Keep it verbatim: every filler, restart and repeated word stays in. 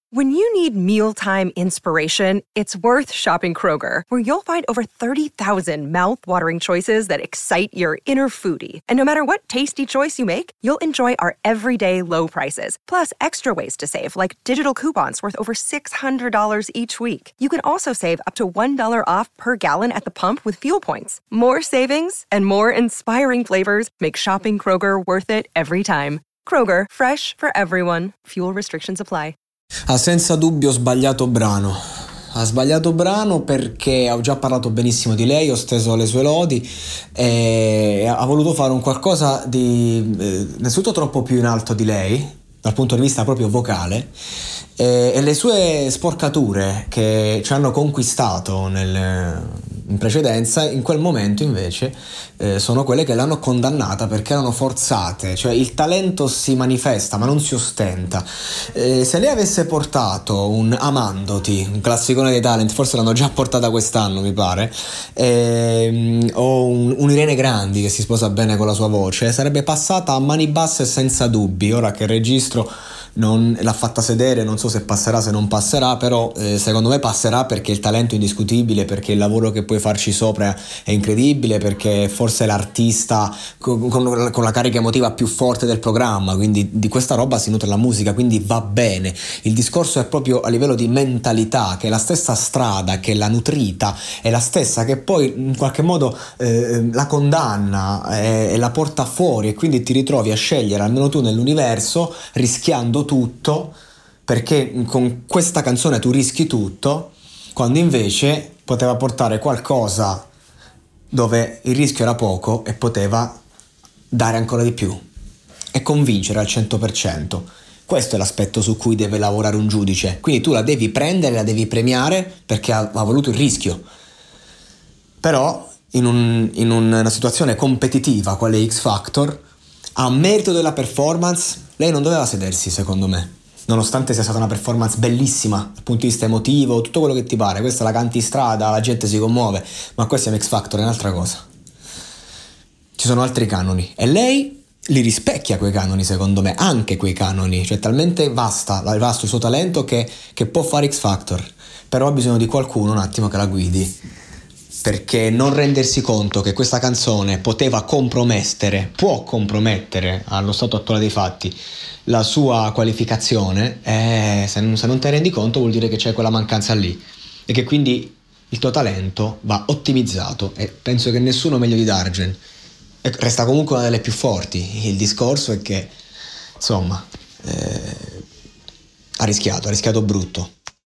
When you need mealtime inspiration, it's worth shopping Kroger, where you'll find over thirty thousand mouth-watering choices that excite your inner foodie. And no matter what tasty choice you make, you'll enjoy our everyday low prices, plus extra ways to save, like digital coupons worth over six hundred dollars each week. You can also save up to one dollar off per gallon at the pump with fuel points. More savings and more inspiring flavors make shopping Kroger worth it every time. Kroger, fresh for everyone. Fuel restrictions apply. Ha senza dubbio sbagliato brano. Ha sbagliato brano perché ho già parlato benissimo di lei, ho steso le sue lodi e ha voluto fare un qualcosa di eh, innanzitutto troppo più in alto di lei dal punto di vista proprio vocale, e, e le sue sporcature che ci hanno conquistato nel, in precedenza, in quel momento invece eh, sono quelle che l'hanno condannata perché erano forzate. Cioè il talento si manifesta ma non si ostenta. Eh, se lei avesse portato un Amandoti, un classicone dei talent, forse l'hanno già portata quest'anno mi pare, ehm, o un, un Irene Grandi che si sposa bene con la sua voce, sarebbe passata a mani basse senza dubbi. Ora che il registro non l'ha fatta sedere, non so se passerà, se non passerà, però eh, secondo me passerà perché il talento è indiscutibile, perché il lavoro che puoi farci sopra è incredibile, perché forse è l'artista con, con, con la carica emotiva più forte del programma, quindi di questa roba si nutre la musica, quindi va bene. Il discorso è proprio a livello di mentalità, che è la stessa strada che l'ha nutrita, è la stessa che poi in qualche modo eh, la condanna e, e la porta fuori, e quindi ti ritrovi a scegliere, almeno tu nell'universo, rischiando tutto, perché con questa canzone tu rischi tutto, quando invece poteva portare qualcosa dove il rischio era poco e poteva dare ancora di più e convincere al cento per cento. Questo è l'aspetto su cui deve lavorare un giudice, quindi tu la devi prendere, la devi premiare perché ha, ha voluto il rischio. Però in, un, in una situazione competitiva quale X Factor, a merito della performance, lei non doveva sedersi, secondo me, nonostante sia stata una performance bellissima dal punto di vista emotivo, tutto quello che ti pare. Questa la canti in strada, la gente si commuove, ma questo è un X Factor, è un'altra cosa. Ci sono altri canoni e lei li rispecchia quei canoni, secondo me, anche quei canoni, cioè talmente vasta, vasto il suo talento che, che può fare X Factor, però ha bisogno di qualcuno un attimo che la guidi, perché non rendersi conto che questa canzone poteva compromettere, può compromettere allo stato attuale dei fatti la sua qualificazione, eh, se, non, se non te ne rendi conto vuol dire che c'è quella mancanza lì e che quindi il tuo talento va ottimizzato, e penso che nessuno meglio di Dargen. E resta comunque una delle più forti. Il discorso è che insomma eh, ha rischiato, ha rischiato brutto.